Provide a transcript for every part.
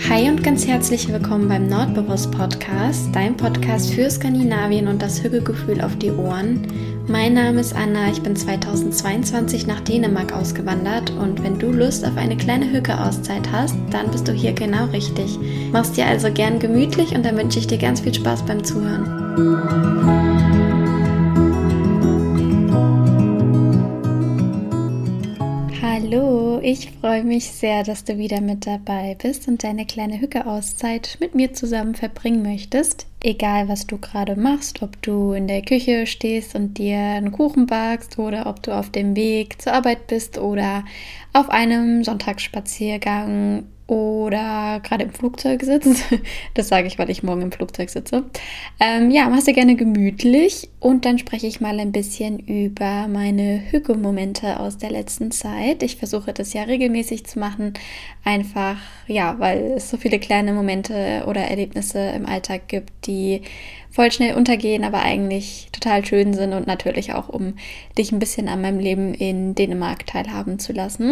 Hi und ganz herzlich willkommen beim Nordbewusst Podcast, dein Podcast für Skandinavien und das Hügelgefühl auf die Ohren. Mein Name ist Anna, ich bin 2022 nach Dänemark ausgewandert und wenn du Lust auf eine kleine Hüge-Auszeit hast, dann bist du hier genau richtig. Mach's dir also gern gemütlich und dann wünsche ich dir ganz viel Spaß beim Zuhören. Hallo, ich freue mich sehr, dass du wieder mit dabei bist und deine kleine Hüge-Auszeit mit mir zusammen verbringen möchtest. Egal, was du gerade machst, ob du in der Küche stehst und dir einen Kuchen backst oder ob du auf dem Weg zur Arbeit bist oder auf einem Sonntagsspaziergang oder gerade im Flugzeug sitzt. Das sage ich, weil ich morgen im Flugzeug sitze. Mach's dir gerne gemütlich und dann spreche ich mal ein bisschen über meine Hüge-Momente aus der letzten Zeit. Ich versuche das ja regelmäßig zu machen, einfach, weil es so viele kleine Momente oder Erlebnisse im Alltag gibt, die voll schnell untergehen, aber eigentlich total schön sind und natürlich auch, um dich ein bisschen an meinem Leben in Dänemark teilhaben zu lassen.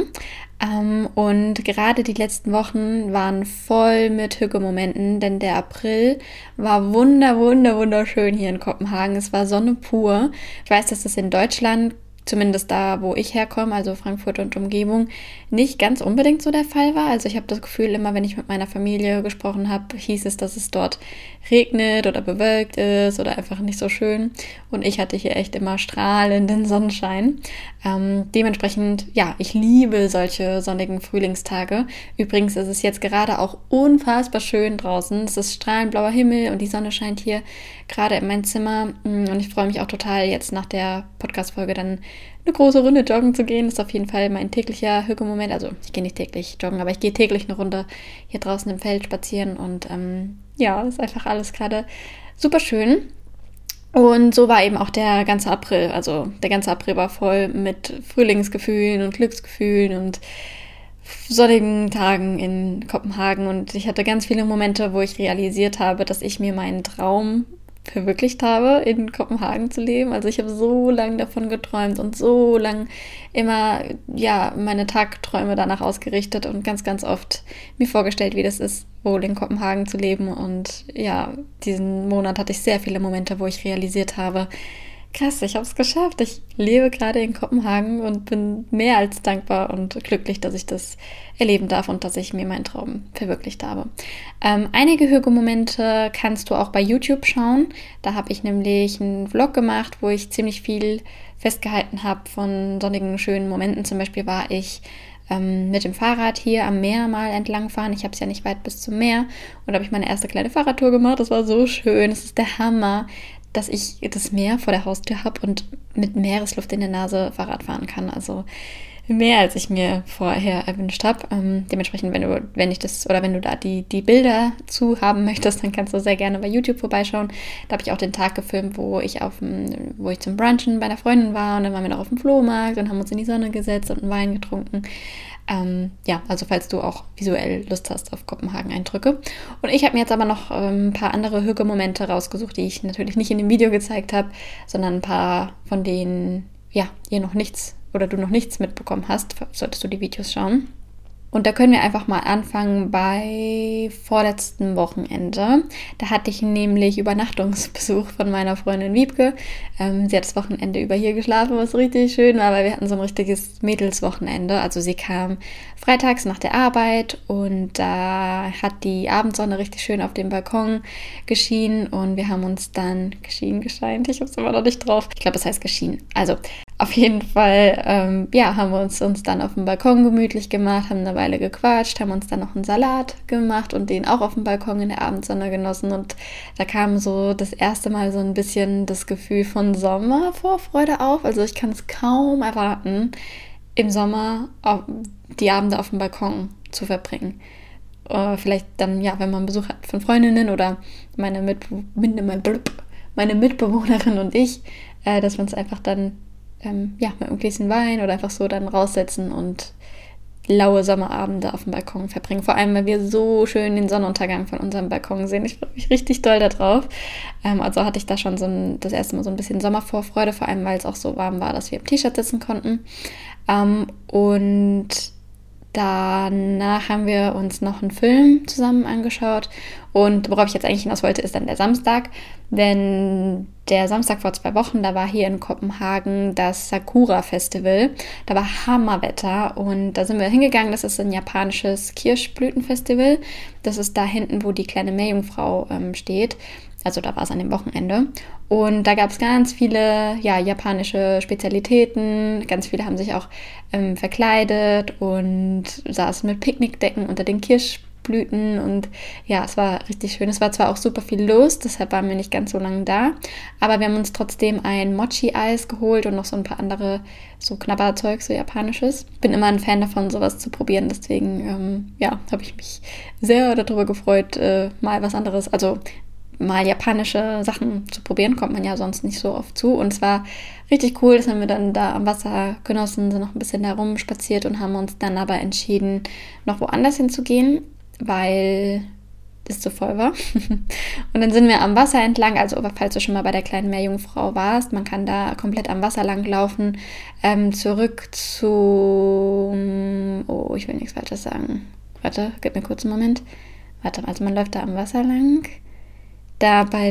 Und gerade die letzten Wochen waren voll mit Hüge-Momenten, denn der April war wunderschön hier in Kopenhagen. Es war Sonne pur. Ich weiß, dass das in Deutschland, zumindest da, wo ich herkomme, also Frankfurt und Umgebung, nicht ganz unbedingt so der Fall war. Also ich habe das Gefühl, immer wenn ich mit meiner Familie gesprochen habe, hieß es, dass es dort regnet oder bewölkt ist oder einfach nicht so schön. Und ich hatte hier echt immer strahlenden Sonnenschein. Dementsprechend, ich liebe solche sonnigen Frühlingstage. Übrigens ist es jetzt gerade auch unfassbar schön draußen. Es ist strahlend blauer Himmel und die Sonne scheint hier gerade in mein Zimmer. Und ich freue mich auch total, jetzt nach der Podcast-Folge dann eine große Runde joggen zu gehen. Das ist auf jeden Fall mein täglicher Hüge-Moment. Also ich gehe nicht täglich joggen, aber ich gehe täglich eine Runde hier draußen im Feld spazieren. Und ist einfach alles gerade super schön. Und so war eben auch der ganze April. Also der ganze April war voll mit Frühlingsgefühlen und Glücksgefühlen und sonnigen Tagen in Kopenhagen. Und ich hatte ganz viele Momente, wo ich realisiert habe, dass ich mir meinen Traum verwirklicht habe, in Kopenhagen zu leben. Also ich habe so lange davon geträumt und so lange immer, meine Tagträume danach ausgerichtet und ganz oft mir vorgestellt, wie das ist, wohl in Kopenhagen zu leben. Und diesen Monat hatte ich sehr viele Momente, wo ich realisiert habe, krass, ich habe es geschafft. Ich lebe gerade in Kopenhagen und bin mehr als dankbar und glücklich, dass ich das erleben darf und dass ich mir meinen Traum verwirklicht habe. Einige Hüge-Momente kannst du auch bei YouTube schauen. Da habe ich nämlich einen Vlog gemacht, wo ich ziemlich viel festgehalten habe von sonnigen, schönen Momenten. Zum Beispiel war ich mit dem Fahrrad hier am Meer mal entlangfahren. Ich habe es ja nicht weit bis zum Meer und da habe ich meine erste kleine Fahrradtour gemacht. Das war so schön. Das ist der Hammer, dass ich das Meer vor der Haustür habe und mit Meeresluft in der Nase Fahrrad fahren kann. Also mehr, als ich mir vorher erwünscht habe. Dementsprechend, wenn du da die Bilder zu haben möchtest, dann kannst du sehr gerne bei YouTube vorbeischauen. Da habe ich auch den Tag gefilmt, wo ich zum Brunchen bei einer Freundin war und dann waren wir noch auf dem Flohmarkt und haben uns in die Sonne gesetzt und einen Wein getrunken. Also falls du auch visuell Lust hast auf Kopenhagen-Eindrücke. Und ich habe mir jetzt aber noch ein paar andere Hüge-Momente rausgesucht, die ich natürlich nicht in dem Video gezeigt habe, sondern ein paar, von denen ihr noch nichts oder du noch nichts mitbekommen hast, solltest du die Videos schauen. Und da können wir einfach mal anfangen bei vorletzten Wochenende. Da hatte ich nämlich Übernachtungsbesuch von meiner Freundin Wiebke. Sie hat das Wochenende über hier geschlafen, was richtig schön war, weil wir hatten so ein richtiges Mädelswochenende. Also sie kam freitags nach der Arbeit und da hat die Abendsonne richtig schön auf dem Balkon geschienen und wir haben uns dann gescheint. Ich habe es immer noch nicht drauf. Ich glaube, es heißt geschienen. Also auf jeden Fall, haben wir uns dann auf dem Balkon gemütlich gemacht, haben eine Weile gequatscht, haben uns dann noch einen Salat gemacht und den auch auf dem Balkon in der Abendsonne genossen. Und da kam so das erste Mal so ein bisschen das Gefühl von Sommervorfreude auf. Also ich kann es kaum erwarten, im Sommer die Abende auf dem Balkon zu verbringen. Vielleicht dann, wenn man Besuch hat von Freundinnen oder meine Mitbewohnerin und ich, dass wir uns einfach dann mit einem Gläschen Wein oder einfach so dann raussetzen und laue Sommerabende auf dem Balkon verbringen. Vor allem, weil wir so schön den Sonnenuntergang von unserem Balkon sehen. Ich freue mich richtig doll darauf. Also hatte ich da schon das erste Mal so ein bisschen Sommervorfreude, vor allem, weil es auch so warm war, dass wir im T-Shirt sitzen konnten. Und danach haben wir uns noch einen Film zusammen angeschaut. Und worauf ich jetzt eigentlich hinaus wollte, ist dann der Samstag. Denn der Samstag vor 2 Wochen, da war hier in Kopenhagen das Sakura-Festival. Da war Hammerwetter und da sind wir hingegangen. Das ist ein japanisches Kirschblütenfestival. Das ist da hinten, wo die kleine Meerjungfrau steht. Also da war es an dem Wochenende. Und da gab es ganz viele japanische Spezialitäten. Ganz viele haben sich auch verkleidet und saßen mit Picknickdecken unter den Kirschblüten. Und ja, es war richtig schön. Es war zwar auch super viel los, deshalb waren wir nicht ganz so lange da. Aber wir haben uns trotzdem ein Mochi-Eis geholt und noch so ein paar andere so Knabberzeug, so japanisches. Bin immer ein Fan davon, sowas zu probieren. Deswegen, habe ich mich sehr darüber gefreut, mal was anderes, also mal japanische Sachen zu probieren, kommt man ja sonst nicht so oft zu. Und es war richtig cool, das haben wir dann da am Wasser genossen, sind noch ein bisschen da rumspaziert und haben uns dann aber entschieden, noch woanders hinzugehen, weil es zu voll war. Und dann sind wir am Wasser entlang, also falls du schon mal bei der kleinen Meerjungfrau warst, man kann da komplett am Wasser lang laufen, zurück zu, ich will nichts Falsches sagen. Warte, gib mir kurz einen Moment. Also man läuft da am Wasser lang. Da bei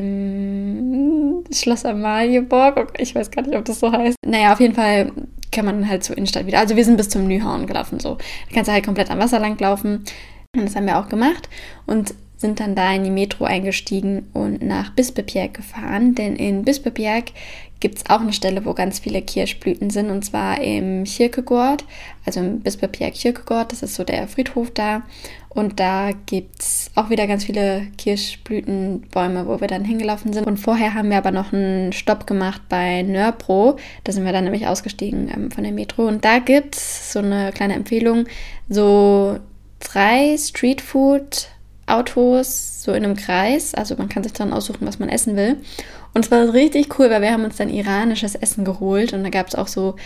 dem Schloss Amalieborg, ich weiß gar nicht, ob das so heißt. Naja, auf jeden Fall kann man halt zur Innenstadt wieder. Also wir sind bis zum Nyhavn gelaufen, so. Da kannst du halt komplett am Wasser lang laufen. Und das haben wir auch gemacht und sind dann da in die Metro eingestiegen und nach Bispebjerg gefahren. Denn in Bispebjerg gibt es auch eine Stelle, wo ganz viele Kirschblüten sind. Und zwar im Kierkegaard, also im Bispebjerg Kierkegaard. Das ist so der Friedhof da. Und da gibt es auch wieder ganz viele Kirschblütenbäume, wo wir dann hingelaufen sind. Und vorher haben wir aber noch einen Stopp gemacht bei Nörrebro. Da sind wir dann nämlich ausgestiegen von der Metro. Und da gibt es so eine kleine Empfehlung, so 3 Streetfood-Autos so in einem Kreis. Also man kann sich dann aussuchen, was man essen will. Und es war richtig cool, weil wir haben uns dann iranisches Essen geholt. Und da gab es auch so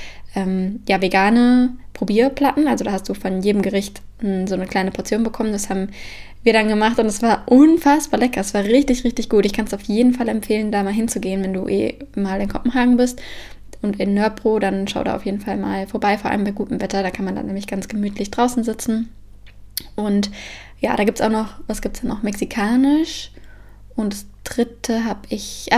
vegane Probierplatten. Also da hast du von jedem Gericht so eine kleine Portion bekommen. Das haben wir dann gemacht und es war unfassbar lecker. Es war richtig, richtig gut. Ich kann es auf jeden Fall empfehlen, da mal hinzugehen, wenn du mal in Kopenhagen bist. Und in Nörrebro, dann schau da auf jeden Fall mal vorbei, vor allem bei gutem Wetter. Da kann man dann nämlich ganz gemütlich draußen sitzen. Und ja, da gibt es auch noch, was gibt es denn noch? Mexikanisch. Und das dritte habe ich,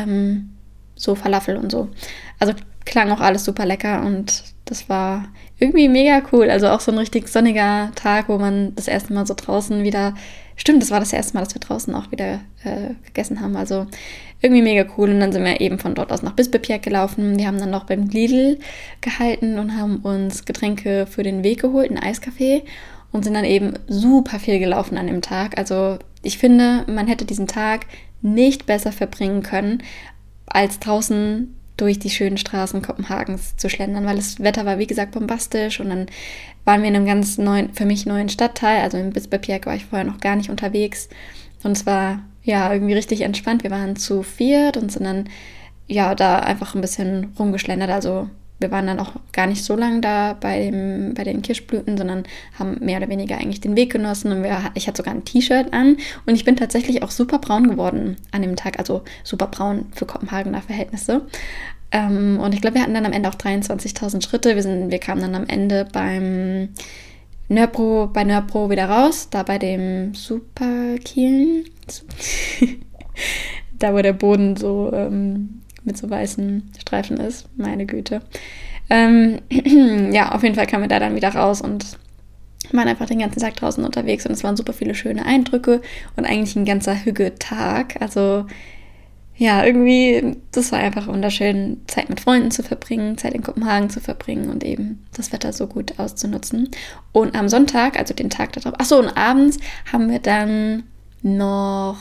so Falafel und so. Also klang auch alles super lecker und das war irgendwie mega cool. Also auch so ein richtig sonniger Tag, wo man das erste Mal so draußen wieder, stimmt, das war das erste Mal, dass wir draußen auch wieder gegessen haben. Also irgendwie mega cool. Und dann sind wir eben von dort aus nach Bispebjerg gelaufen. Wir haben dann noch beim Lidl gehalten und haben uns Getränke für den Weg geholt, ein Eiskaffee. Und sind dann eben super viel gelaufen an dem Tag. Also ich finde, man hätte diesen Tag nicht besser verbringen können, als draußen durch die schönen Straßen Kopenhagens zu schlendern, weil das Wetter war, wie gesagt, bombastisch. Und dann waren wir in einem ganz neuen, für mich neuen Stadtteil. Also in Bispebjerg war ich vorher noch gar nicht unterwegs. Und es war ja irgendwie richtig entspannt. Wir waren zu 4 und sind dann da einfach ein bisschen rumgeschlendert. Also wir waren dann auch gar nicht so lange da bei den Kirschblüten, sondern haben mehr oder weniger eigentlich den Weg genossen. Und ich hatte sogar ein T-Shirt an und ich bin tatsächlich auch super braun geworden an dem Tag, also super braun für Kopenhagener Verhältnisse. Und ich glaube, wir hatten dann am Ende auch 23.000 Schritte. Wir kamen dann am Ende bei Nörrebro wieder raus, da bei dem Superkielen, da wo der Boden so mit so weißen Streifen ist, meine Güte. Auf jeden Fall kamen wir da dann wieder raus und waren einfach den ganzen Tag draußen unterwegs und es waren super viele schöne Eindrücke und eigentlich ein ganzer Hügge-Tag. Also ja, irgendwie, das war einfach wunderschön, Zeit mit Freunden zu verbringen, Zeit in Kopenhagen zu verbringen und eben das Wetter so gut auszunutzen. Und am Sonntag, also den Tag darauf, und abends haben wir dann noch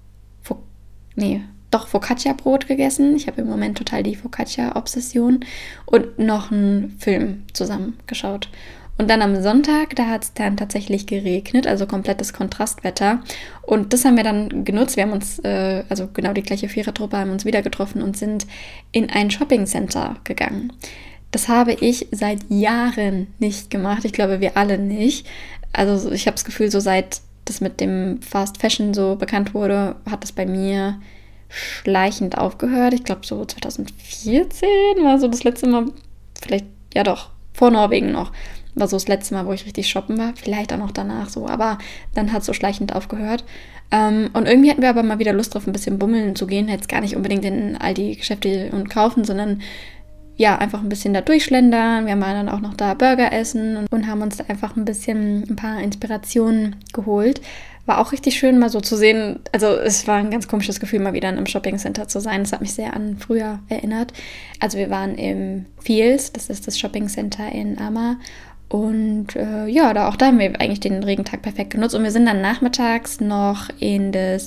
Focaccia-Brot gegessen. Ich habe im Moment total die Focaccia-Obsession und noch einen Film zusammen geschaut. Und dann am Sonntag, da hat es dann tatsächlich geregnet, also komplettes Kontrastwetter. Und das haben wir dann genutzt. Wir haben uns, genau die gleiche Vierertruppe, haben uns wieder getroffen und sind in ein Shoppingcenter gegangen. Das habe ich seit Jahren nicht gemacht. Ich glaube, wir alle nicht. Also ich habe das Gefühl, so seit das mit dem Fast Fashion so bekannt wurde, hat das bei mir schleichend aufgehört. Ich glaube, so 2014 war so das letzte Mal, vielleicht, ja doch, vor Norwegen noch. war so das letzte Mal, wo ich richtig shoppen war. Vielleicht auch noch danach so, aber dann hat es so schleichend aufgehört. Und irgendwie hatten wir aber mal wieder Lust drauf, ein bisschen bummeln zu gehen. Jetzt gar nicht unbedingt in all die Geschäfte und kaufen, sondern ja, einfach ein bisschen da durchschlendern. Wir waren dann auch noch da Burger essen und haben uns da einfach ein paar Inspirationen geholt. War auch richtig schön, mal so zu sehen. Also es war ein ganz komisches Gefühl, mal wieder in einem Shoppingcenter zu sein. Das hat mich sehr an früher erinnert. Also wir waren im Fields, das ist das Shoppingcenter in Amma. Und ja, da haben wir eigentlich den Regentag perfekt genutzt. Und wir sind dann nachmittags noch in das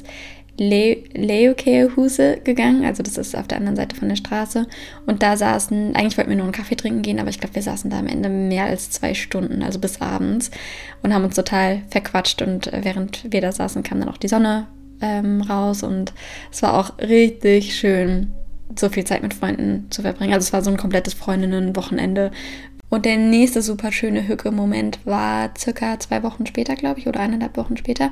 Leukehuse gegangen, also das ist auf der anderen Seite von der Straße, und da eigentlich wollten wir nur einen Kaffee trinken gehen, aber ich glaube, wir saßen da am Ende mehr als 2 Stunden, also bis abends, und haben uns total verquatscht, und während wir da saßen, kam dann auch die Sonne raus, und es war auch richtig schön, so viel Zeit mit Freunden zu verbringen. Also es war so ein komplettes Freundinnen-Wochenende. Und der nächste super schöne Hücke-Moment war circa 2 Wochen später, glaube ich, oder 1,5 Wochen später.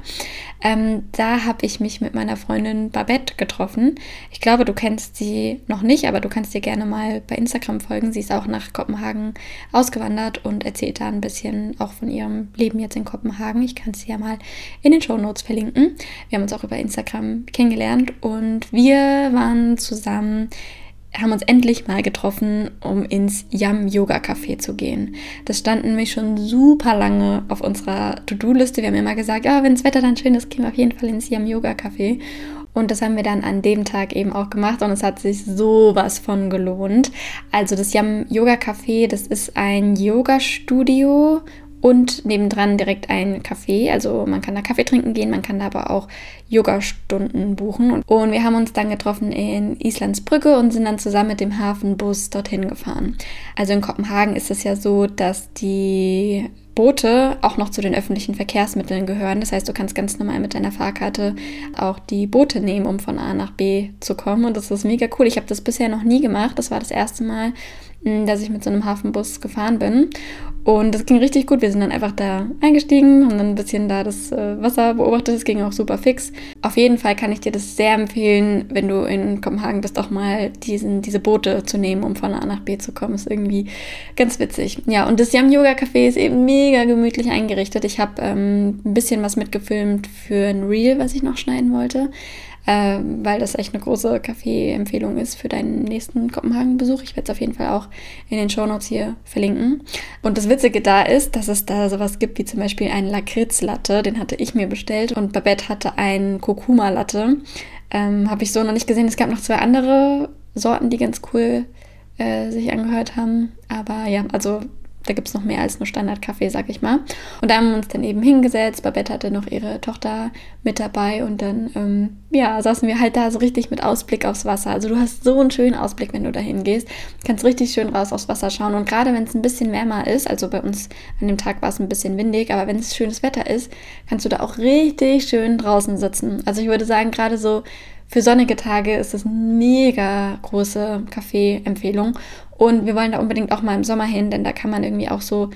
Da habe ich mich mit meiner Freundin Babette getroffen. Ich glaube, du kennst sie noch nicht, aber du kannst dir gerne mal bei Instagram folgen. Sie ist auch nach Kopenhagen ausgewandert und erzählt da ein bisschen auch von ihrem Leben jetzt in Kopenhagen. Ich kann sie ja mal in den Shownotes verlinken. Wir haben uns auch über Instagram kennengelernt und wir waren zusammen, haben uns endlich mal getroffen, um ins Yum Yoga Café zu gehen. Das stand nämlich schon super lange auf unserer To-Do-Liste. Wir haben immer gesagt, ja, wenn das Wetter dann schön ist, gehen wir auf jeden Fall ins Yum Yoga Café. Und das haben wir dann an dem Tag eben auch gemacht und es hat sich sowas von gelohnt. Also das Yum Yoga Café, das ist ein Yoga-Studio und nebendran direkt ein Café. Also man kann da Kaffee trinken gehen, man kann da aber auch Yogastunden buchen. Und wir haben uns dann getroffen in Islandsbrücke und sind dann zusammen mit dem Hafenbus dorthin gefahren. Also in Kopenhagen ist es ja so, dass die Boote auch noch zu den öffentlichen Verkehrsmitteln gehören. Das heißt, du kannst ganz normal mit deiner Fahrkarte auch die Boote nehmen, um von A nach B zu kommen. Und das ist mega cool. Ich habe das bisher noch nie gemacht. Das war das erste Mal, dass ich mit so einem Hafenbus gefahren bin. Und das ging richtig gut. Wir sind dann einfach da eingestiegen, haben dann ein bisschen da das Wasser beobachtet. Es ging auch super fix. Auf jeden Fall kann ich dir das sehr empfehlen, wenn du in Kopenhagen bist, auch mal diese Boote zu nehmen, um von A nach B zu kommen. Ist irgendwie ganz witzig. Ja, und das Yum Yoga Café ist eben mega gemütlich eingerichtet. Ich habe ein bisschen was mitgefilmt für ein Reel, was ich noch schneiden wollte. Weil das echt eine große Kaffee-Empfehlung ist für deinen nächsten Kopenhagen-Besuch. Ich werde es auf jeden Fall auch in den Shownotes hier verlinken. Und das Witzige da ist, dass es da sowas gibt wie zum Beispiel einen Lakritz-Latte, den hatte ich mir bestellt, und Babette hatte einen Kurkuma-Latte. Habe ich so noch nicht gesehen. Es gab noch 2 andere Sorten, die ganz cool sich angehört haben. Aber ja, also da gibt es noch mehr als nur Standardkaffee, sag ich mal. Und da haben wir uns dann eben hingesetzt. Babette hatte noch ihre Tochter mit dabei und dann, saßen wir halt da so richtig mit Ausblick aufs Wasser. Also du hast so einen schönen Ausblick, wenn du da hingehst. Du kannst richtig schön raus aufs Wasser schauen. Und gerade wenn es ein bisschen wärmer ist, also bei uns an dem Tag war es ein bisschen windig, aber wenn es schönes Wetter ist, kannst du da auch richtig schön draußen sitzen. Also ich würde sagen, gerade so für sonnige Tage ist das eine mega große Kaffee-Empfehlung. Und wir wollen da unbedingt auch mal im Sommer hin, denn da kann man irgendwie auch so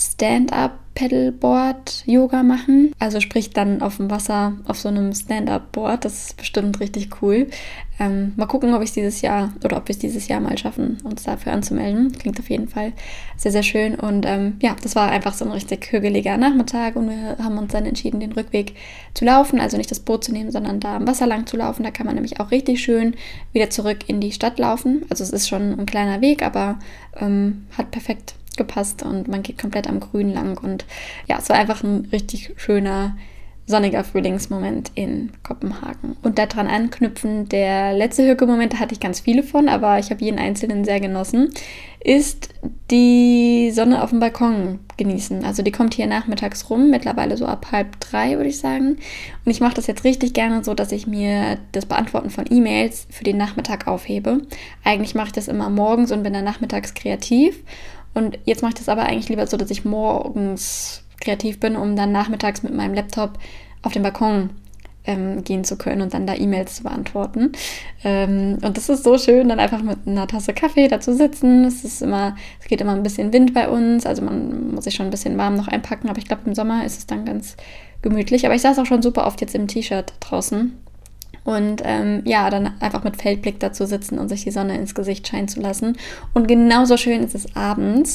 Stand-Up-Paddleboard-Yoga machen. Also sprich dann auf dem Wasser auf so einem Stand-Up-Board. Das ist bestimmt richtig cool. Mal gucken, ob wir es dieses Jahr mal schaffen, uns dafür anzumelden. Klingt auf jeden Fall sehr, sehr schön. Und das war einfach so ein richtig hügeliger Nachmittag und wir haben uns dann entschieden, den Rückweg zu laufen. Also nicht das Boot zu nehmen, sondern da am Wasser lang zu laufen. Da kann man nämlich auch richtig schön wieder zurück in die Stadt laufen. Also es ist schon ein kleiner Weg, aber hat perfekt gepasst und man geht komplett am Grün lang. Und ja, es war einfach ein richtig schöner, sonniger Frühlingsmoment in Kopenhagen. Und daran anknüpfen, der letzte Hücke-Moment, da hatte ich ganz viele von, aber ich habe jeden einzelnen sehr genossen, ist die Sonne auf dem Balkon genießen. Also die kommt hier nachmittags rum, mittlerweile so ab 2:30, würde ich sagen. Und ich mache das jetzt richtig gerne so, dass ich mir das Beantworten von E-Mails für den Nachmittag aufhebe. Eigentlich mache ich das immer morgens und bin dann nachmittags kreativ. Und jetzt mache ich das aber eigentlich lieber so, dass ich morgens kreativ bin, um dann nachmittags mit meinem Laptop auf den Balkon gehen zu können und dann da E-Mails zu beantworten. Und das ist so schön, dann einfach mit einer Tasse Kaffee da zu sitzen. Es geht immer ein bisschen Wind bei uns, also man muss sich schon ein bisschen warm noch einpacken, aber ich glaube, im Sommer ist es dann ganz gemütlich. Aber ich saß auch schon super oft jetzt im T-Shirt draußen. Und dann einfach mit Feldblick dazu sitzen und sich die Sonne ins Gesicht scheinen zu lassen. Und genauso schön ist es abends,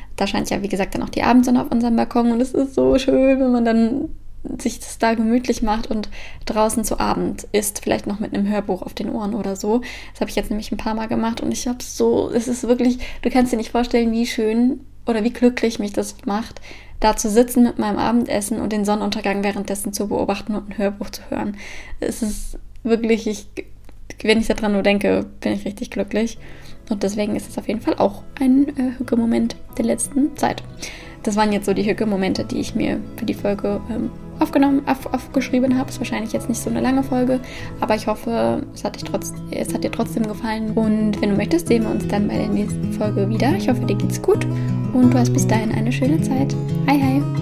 Da scheint ja, wie gesagt, dann auch die Abendsonne auf unserem Balkon und es ist so schön, wenn man dann sich das da gemütlich macht und draußen zu Abend isst, vielleicht noch mit einem Hörbuch auf den Ohren oder so. Das habe ich jetzt nämlich ein paar Mal gemacht und ich habe es ist wirklich, du kannst dir nicht vorstellen, wie schön oder wie glücklich mich das macht, da zu sitzen mit meinem Abendessen und den Sonnenuntergang währenddessen zu beobachten und ein Hörbuch zu hören. Es ist wirklich, wenn ich daran nur denke, bin ich richtig glücklich. Und deswegen ist es auf jeden Fall auch ein Hücke-Moment der letzten Zeit. Das waren jetzt so die Hücke-Momente, die ich mir für die Folge aufgeschrieben habe. Ist wahrscheinlich jetzt nicht so eine lange Folge, aber ich hoffe, es hat dir trotzdem gefallen. Und wenn du möchtest, sehen wir uns dann bei der nächsten Folge wieder. Ich hoffe, dir geht's gut und du hast bis dahin eine schöne Zeit. Hi, hi!